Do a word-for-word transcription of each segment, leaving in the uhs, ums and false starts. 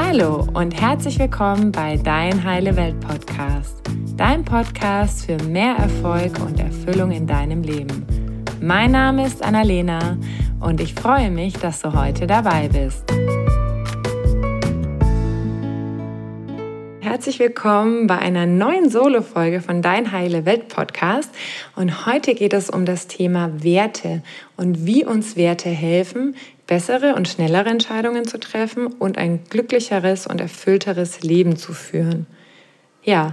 Hallo und herzlich willkommen bei Dein Heile Welt Podcast, dein Podcast für mehr Erfolg und Erfüllung in deinem Leben. Mein Name ist Annalena und ich freue mich, dass du heute dabei bist. Herzlich willkommen bei einer neuen Solo-Folge von Dein Heile Welt Podcast und heute geht es um das Thema Werte und wie uns Werte helfen, bessere und schnellere Entscheidungen zu treffen und ein glücklicheres und erfüllteres Leben zu führen. Ja,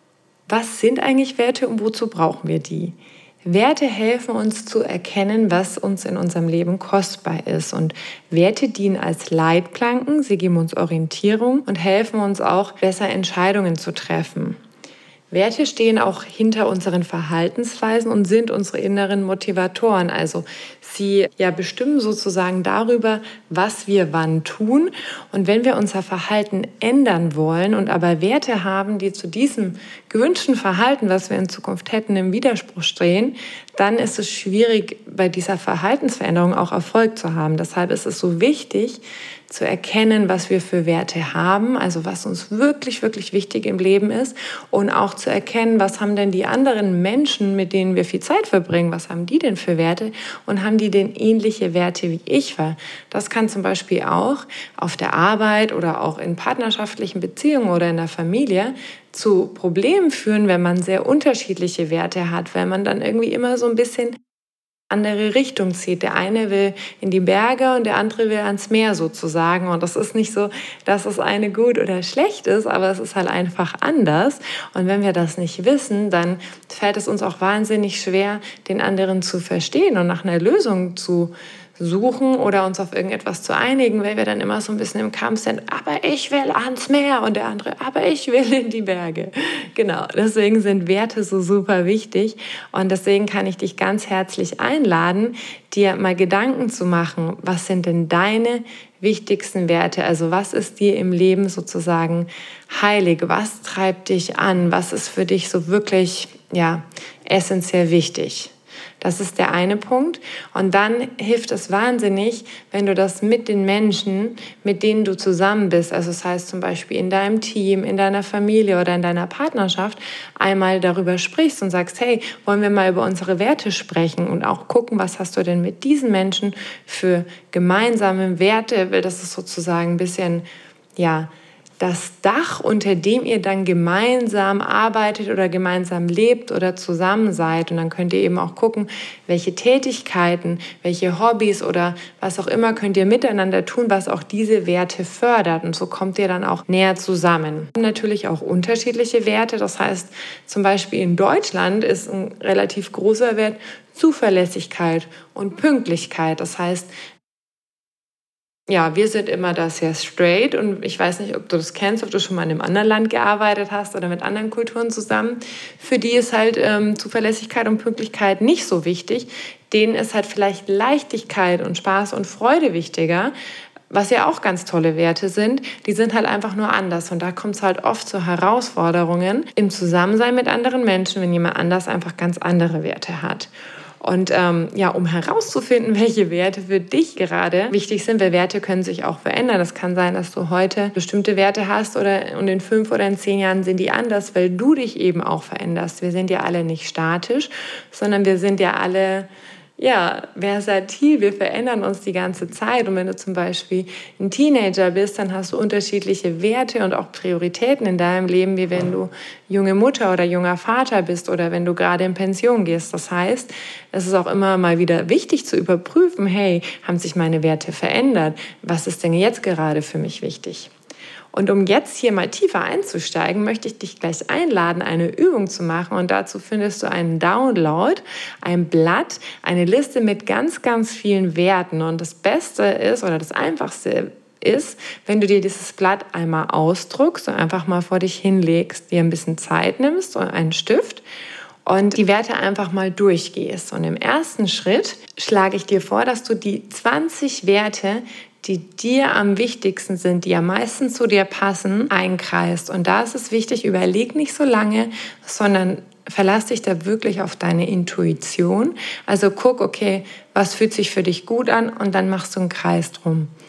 was sind eigentlich Werte und wozu brauchen wir die? Werte helfen uns zu erkennen, was uns in unserem Leben kostbar ist. Und Werte dienen als Leitplanken, sie geben uns Orientierung und helfen uns auch, besser Entscheidungen zu treffen. Werte stehen auch hinter unseren Verhaltensweisen und sind unsere inneren Motivatoren. Also sie ja bestimmen sozusagen darüber, was wir wann tun. Und wenn wir unser Verhalten ändern wollen und aber Werte haben, die zu diesem gewünschten Verhalten, was wir in Zukunft hätten, im Widerspruch stehen, dann ist es schwierig, bei dieser Verhaltensveränderung auch Erfolg zu haben. Deshalb ist es so wichtig, zu erkennen, was wir für Werte haben, also was uns wirklich, wirklich wichtig im Leben ist und auch zu erkennen, was haben denn die anderen Menschen, mit denen wir viel Zeit verbringen, was haben die denn für Werte und haben die denn ähnliche Werte wie ich? Weil das kann zum Beispiel auch auf der Arbeit oder auch in partnerschaftlichen Beziehungen oder in der Familie zu Problemen führen, wenn man sehr unterschiedliche Werte hat, weil man dann irgendwie immer so ein bisschen andere Richtung zieht. Der eine will in die Berge und der andere will ans Meer sozusagen. Und das ist nicht so, dass das eine gut oder schlecht ist, aber es ist halt einfach anders. Und wenn wir das nicht wissen, dann fällt es uns auch wahnsinnig schwer, den anderen zu verstehen und nach einer Lösung zu suchen oder uns auf irgendetwas zu einigen, weil wir dann immer so ein bisschen im Kampf sind, aber ich will ans Meer und der andere, aber ich will in die Berge. Genau, deswegen sind Werte so super wichtig und deswegen kann ich dich ganz herzlich einladen, dir mal Gedanken zu machen, was sind denn deine wichtigsten Werte, also was ist dir im Leben sozusagen heilig, was treibt dich an, was ist für dich so wirklich, ja, essentiell wichtig. Das ist der eine Punkt. Und dann hilft es wahnsinnig, wenn du das mit den Menschen, mit denen du zusammen bist, also das heißt zum Beispiel in deinem Team, in deiner Familie oder in deiner Partnerschaft, einmal darüber sprichst und sagst, hey, wollen wir mal über unsere Werte sprechen und auch gucken, was hast du denn mit diesen Menschen für gemeinsame Werte, weil das ist sozusagen ein bisschen, ja, das Dach, unter dem ihr dann gemeinsam arbeitet oder gemeinsam lebt oder zusammen seid. Und dann könnt ihr eben auch gucken, welche Tätigkeiten, welche Hobbys oder was auch immer könnt ihr miteinander tun, was auch diese Werte fördert. Und so kommt ihr dann auch näher zusammen. Wir haben natürlich auch unterschiedliche Werte. Das heißt, zum Beispiel in Deutschland ist ein relativ großer Wert Zuverlässigkeit und Pünktlichkeit. Das heißt, ja, wir sind immer da sehr straight und ich weiß nicht, ob du das kennst, ob du schon mal in einem anderen Land gearbeitet hast oder mit anderen Kulturen zusammen. Für die ist halt ähm, Zuverlässigkeit und Pünktlichkeit nicht so wichtig. Denen ist halt vielleicht Leichtigkeit und Spaß und Freude wichtiger, was ja auch ganz tolle Werte sind. Die sind halt einfach nur anders und da kommt es halt oft zu Herausforderungen im Zusammensein mit anderen Menschen, wenn jemand anders einfach ganz andere Werte hat. Und ähm, ja, um herauszufinden, welche Werte für dich gerade wichtig sind, weil Werte können sich auch verändern. Es kann sein, dass du heute bestimmte Werte hast oder und in fünf oder in zehn Jahren sind die anders, weil du dich eben auch veränderst. Wir sind ja alle nicht statisch, sondern wir sind ja alle ja, versatil, wir verändern uns die ganze Zeit. Und wenn du zum Beispiel ein Teenager bist, dann hast du unterschiedliche Werte und auch Prioritäten in deinem Leben, wie wenn du junge Mutter oder junger Vater bist oder wenn du gerade in Pension gehst. Das heißt, es ist auch immer mal wieder wichtig zu überprüfen, hey, haben sich meine Werte verändert? Was ist denn jetzt gerade für mich wichtig? Und um jetzt hier mal tiefer einzusteigen, möchte ich dich gleich einladen, eine Übung zu machen. Und dazu findest du einen Download, ein Blatt, eine Liste mit ganz, ganz vielen Werten. Und das Beste ist oder das Einfachste ist, wenn du dir dieses Blatt einmal ausdruckst und einfach mal vor dich hinlegst, dir ein bisschen Zeit nimmst und einen Stift und die Werte einfach mal durchgehst. Und im ersten Schritt schlage ich dir vor, dass du die zwanzig Werte, die dir am wichtigsten sind, die am meisten zu dir passen, einkreist. Und da ist es wichtig, überleg nicht so lange, sondern verlass dich da wirklich auf deine Intuition. Also guck, okay, was fühlt sich für dich gut an und dann machst du einen Kreis drum.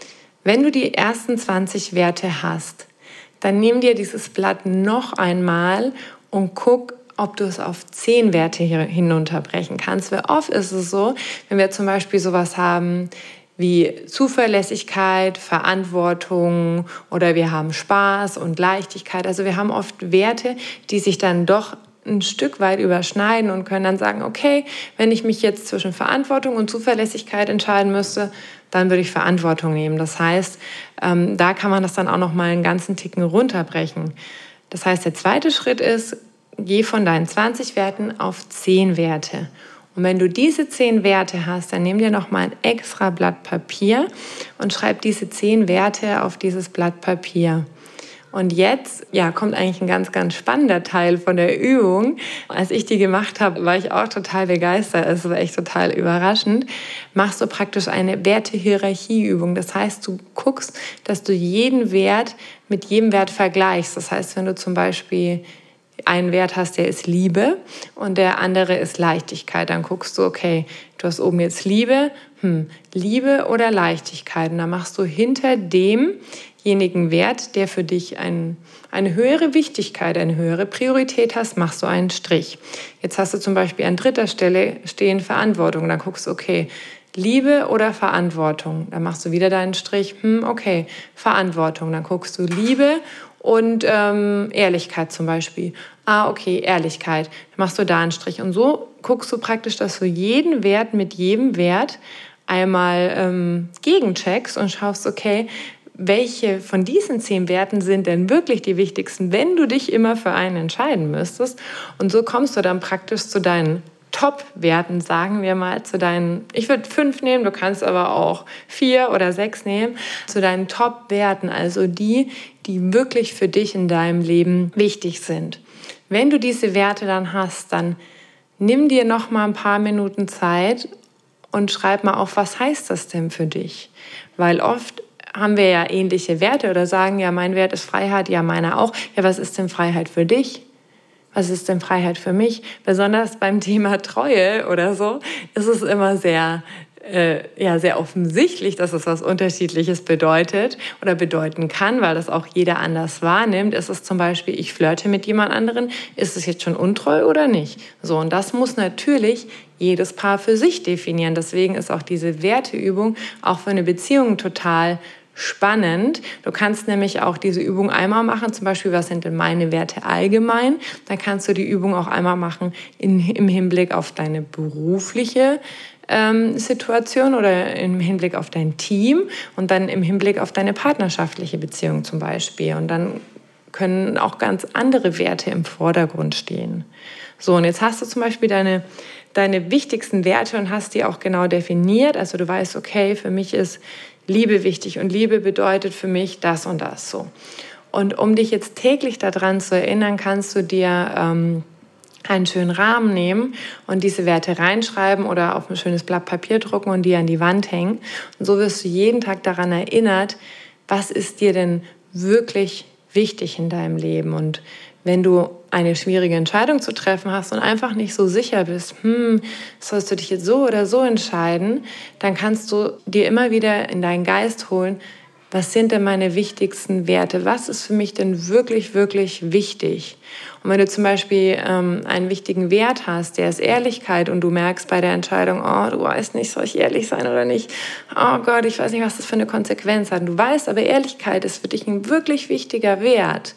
Wenn du die ersten zwanzig Werte hast, dann nimm dir dieses Blatt noch einmal und guck, ob du es auf zehn Werte hinunterbrechen kannst. Weil oft ist es so, wenn wir zum Beispiel sowas haben wie Zuverlässigkeit, Verantwortung oder wir haben Spaß und Leichtigkeit. Also wir haben oft Werte, die sich dann doch ein Stück weit überschneiden und können dann sagen, okay, wenn ich mich jetzt zwischen Verantwortung und Zuverlässigkeit entscheiden müsste, dann würde ich Verantwortung nehmen. Das heißt, ähm, da kann man das dann auch noch mal einen ganzen Ticken runterbrechen. Das heißt, der zweite Schritt ist, geh von deinen zwanzig Werten auf zehn Werte. Und wenn du diese zehn Werte hast, dann nimm dir noch mal ein extra Blatt Papier und schreib diese zehn Werte auf dieses Blatt Papier. Und jetzt ja, kommt eigentlich ein ganz, ganz spannender Teil von der Übung. Als ich die gemacht habe, war ich auch total begeistert. Es war echt total überraschend. Machst du praktisch eine Werte-Hierarchie-Übung. Das heißt, du guckst, dass du jeden Wert mit jedem Wert vergleichst. Das heißt, wenn du zum Beispiel einen Wert hast, der ist Liebe und der andere ist Leichtigkeit, dann guckst du, okay, du hast oben jetzt Liebe, hm, Liebe oder Leichtigkeit. Und dann machst du hinter demjenigen Wert, der für dich ein, eine höhere Wichtigkeit, eine höhere Priorität hast, machst du einen Strich. Jetzt hast du zum Beispiel an dritter Stelle stehen Verantwortung. Dann guckst du, okay, Liebe oder Verantwortung. Dann machst du wieder deinen Strich, hm, okay, Verantwortung. Dann guckst du Liebe und ähm, Ehrlichkeit zum Beispiel. Ah, okay, Ehrlichkeit. Dann machst du da einen Strich. Und so guckst du praktisch, dass du jeden Wert mit jedem Wert einmal ähm, gegencheckst und schaust, okay, welche von diesen zehn Werten sind denn wirklich die wichtigsten, wenn du dich immer für einen entscheiden müsstest. Und so kommst du dann praktisch zu deinen Top-Werten, sagen wir mal, zu deinen, ich würde fünf nehmen, du kannst aber auch vier oder sechs nehmen, zu deinen Top-Werten, also die, die wirklich für dich in deinem Leben wichtig sind. Wenn du diese Werte dann hast, dann nimm dir noch mal ein paar Minuten Zeit und schreib mal auf, was heißt das denn für dich? Weil oft haben wir ja ähnliche Werte oder sagen, ja, mein Wert ist Freiheit, ja, meiner auch. Ja, was ist denn Freiheit für dich? Was ist denn Freiheit für mich? Besonders beim Thema Treue oder so ist es immer sehr, äh, ja, sehr offensichtlich, dass es was Unterschiedliches bedeutet oder bedeuten kann, weil das auch jeder anders wahrnimmt. Ist es zum Beispiel, ich flirte mit jemand anderen, ist es jetzt schon untreu oder nicht? So, und das muss natürlich jedes Paar für sich definieren. Deswegen ist auch diese Werteübung auch für eine Beziehung total spannend. Du kannst nämlich auch diese Übung einmal machen, zum Beispiel, was sind denn meine Werte allgemein? Dann kannst du die Übung auch einmal machen in, im Hinblick auf deine berufliche ähm, Situation oder im Hinblick auf dein Team und dann im Hinblick auf deine partnerschaftliche Beziehung zum Beispiel. Und dann können auch ganz andere Werte im Vordergrund stehen. So, und jetzt hast du zum Beispiel deine, deine wichtigsten Werte und hast die auch genau definiert. Also du weißt, okay, für mich ist Liebe wichtig und Liebe bedeutet für mich das und das so. Und um dich jetzt täglich daran zu erinnern, kannst du dir ähm, einen schönen Rahmen nehmen und diese Werte reinschreiben oder auf ein schönes Blatt Papier drucken und die an die Wand hängen. Und so wirst du jeden Tag daran erinnert, was ist dir denn wirklich wichtig in deinem Leben. Und wenn du eine schwierige Entscheidung zu treffen hast und einfach nicht so sicher bist, hm, sollst du dich jetzt so oder so entscheiden, dann kannst du dir immer wieder in deinen Geist holen, was sind denn meine wichtigsten Werte? Was ist für mich denn wirklich, wirklich wichtig? Und wenn du zum Beispiel ähm, einen wichtigen Wert hast, der ist Ehrlichkeit und du merkst bei der Entscheidung, oh, du weißt nicht, soll ich ehrlich sein oder nicht? Oh Gott, ich weiß nicht, was das für eine Konsequenz hat. Und du weißt, aber Ehrlichkeit ist für dich ein wirklich wichtiger Wert.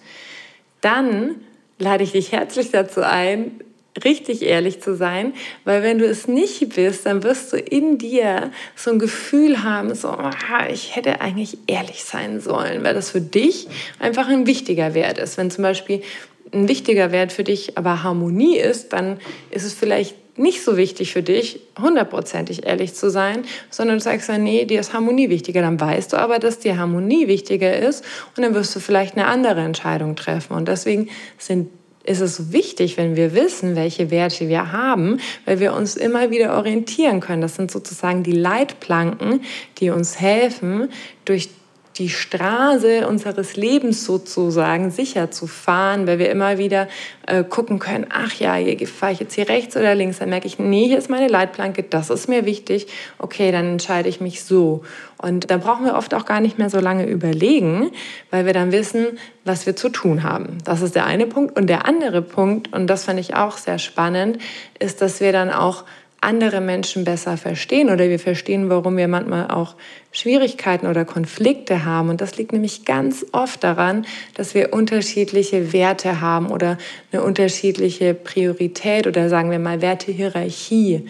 Dann lade ich dich herzlich dazu ein, richtig ehrlich zu sein, weil wenn du es nicht bist, dann wirst du in dir so ein Gefühl haben, so, ich hätte eigentlich ehrlich sein sollen, weil das für dich einfach ein wichtiger Wert ist. Wenn zum Beispiel ein wichtiger Wert für dich aber Harmonie ist, dann ist es vielleicht nicht so wichtig für dich, hundertprozentig ehrlich zu sein, sondern du sagst dann, nee, dir ist Harmonie wichtiger. Dann weißt du aber, dass dir Harmonie wichtiger ist und dann wirst du vielleicht eine andere Entscheidung treffen. Und deswegen sind ist es wichtig, wenn wir wissen, welche Werte wir haben, weil wir uns immer wieder orientieren können. Das sind sozusagen die Leitplanken, die uns helfen, durch die Straße unseres Lebens sozusagen sicher zu fahren, weil wir immer wieder äh, gucken können, ach ja, hier fahre ich jetzt hier rechts oder links, dann merke ich, nee, hier ist meine Leitplanke, das ist mir wichtig, okay, dann entscheide ich mich so. Und da brauchen wir oft auch gar nicht mehr so lange überlegen, weil wir dann wissen, was wir zu tun haben. Das ist der eine Punkt. Und der andere Punkt, und das fand ich auch sehr spannend, ist, dass wir dann auch andere Menschen besser verstehen oder wir verstehen, warum wir manchmal auch Schwierigkeiten oder Konflikte haben. Und das liegt nämlich ganz oft daran, dass wir unterschiedliche Werte haben oder eine unterschiedliche Priorität oder sagen wir mal Wertehierarchie.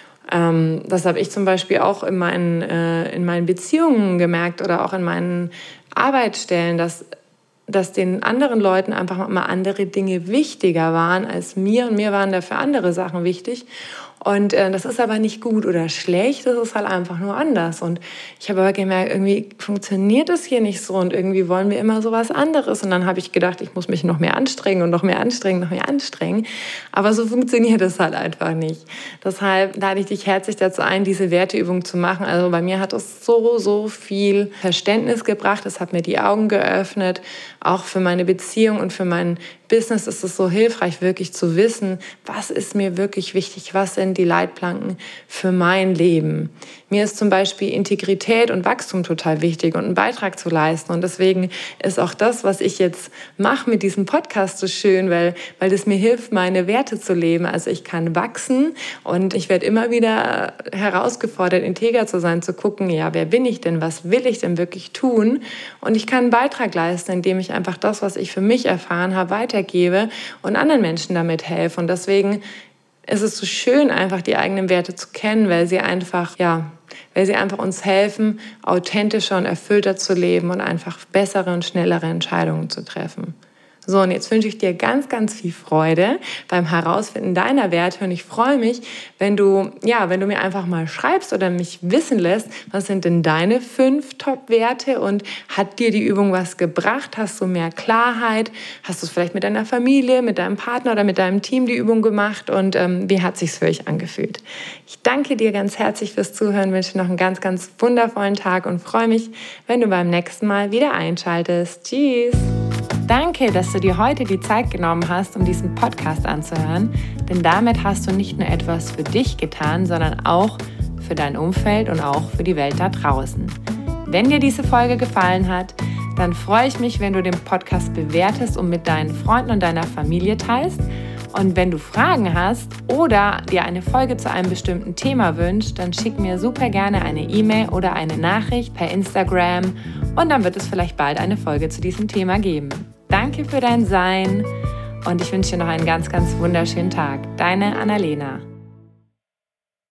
Ähm, das habe ich zum Beispiel auch in meinen, äh, in meinen Beziehungen gemerkt oder auch in meinen Arbeitsstellen, dass dass den anderen Leuten einfach mal andere Dinge wichtiger waren als mir und mir waren dafür andere Sachen wichtig. Und äh, das ist aber nicht gut oder schlecht, das ist halt einfach nur anders. Und ich habe aber gemerkt, irgendwie funktioniert das hier nicht so und irgendwie wollen wir immer so was anderes. Und dann habe ich gedacht, ich muss mich noch mehr anstrengen und noch mehr anstrengen, noch mehr anstrengen. Aber so funktioniert es halt einfach nicht. Deshalb lade ich dich herzlich dazu ein, diese Werteübung zu machen. Also bei mir hat es so, so viel Verständnis gebracht. Es hat mir die Augen geöffnet, auch für meine Beziehung und für mein Business ist es so hilfreich, wirklich zu wissen, was ist mir wirklich wichtig, was sind die Leitplanken für mein Leben. Mir ist zum Beispiel Integrität und Wachstum total wichtig und einen Beitrag zu leisten. Und deswegen ist auch das, was ich jetzt mache mit diesem Podcast so schön, weil, weil das mir hilft, meine Werte zu leben. Also ich kann wachsen und ich werde immer wieder herausgefordert, integer zu sein, zu gucken, ja, wer bin ich denn, was will ich denn wirklich tun? Und ich kann einen Beitrag leisten, indem ich einfach das, was ich für mich erfahren habe, weitergebe und anderen Menschen damit helfe. Und deswegen ist es so schön, einfach die eigenen Werte zu kennen, weil sie einfach, ja, weil sie einfach uns helfen, authentischer und erfüllter zu leben und einfach bessere und schnellere Entscheidungen zu treffen. So, und jetzt wünsche ich dir ganz, ganz viel Freude beim Herausfinden deiner Werte und ich freue mich, wenn du, ja, wenn du mir einfach mal schreibst oder mich wissen lässt, was sind denn deine fünf Top-Werte und hat dir die Übung was gebracht? Hast du mehr Klarheit? Hast du es vielleicht mit deiner Familie, mit deinem Partner oder mit deinem Team die Übung gemacht und ähm, wie hat es sich für euch angefühlt? Ich danke dir ganz herzlich fürs Zuhören, wünsche dir noch einen ganz, ganz wundervollen Tag und freue mich, wenn du beim nächsten Mal wieder einschaltest. Tschüss! Danke, dass du dir heute die Zeit genommen hast, um diesen Podcast anzuhören, denn damit hast du nicht nur etwas für dich getan, sondern auch für dein Umfeld und auch für die Welt da draußen. Wenn dir diese Folge gefallen hat, dann freue ich mich, wenn du den Podcast bewertest und mit deinen Freunden und deiner Familie teilst. Und wenn du Fragen hast oder dir eine Folge zu einem bestimmten Thema wünschst, dann schick mir super gerne eine E-Mail oder eine Nachricht per Instagram und dann wird es vielleicht bald eine Folge zu diesem Thema geben. Danke für dein Sein und ich wünsche dir noch einen ganz, ganz wunderschönen Tag. Deine Annalena.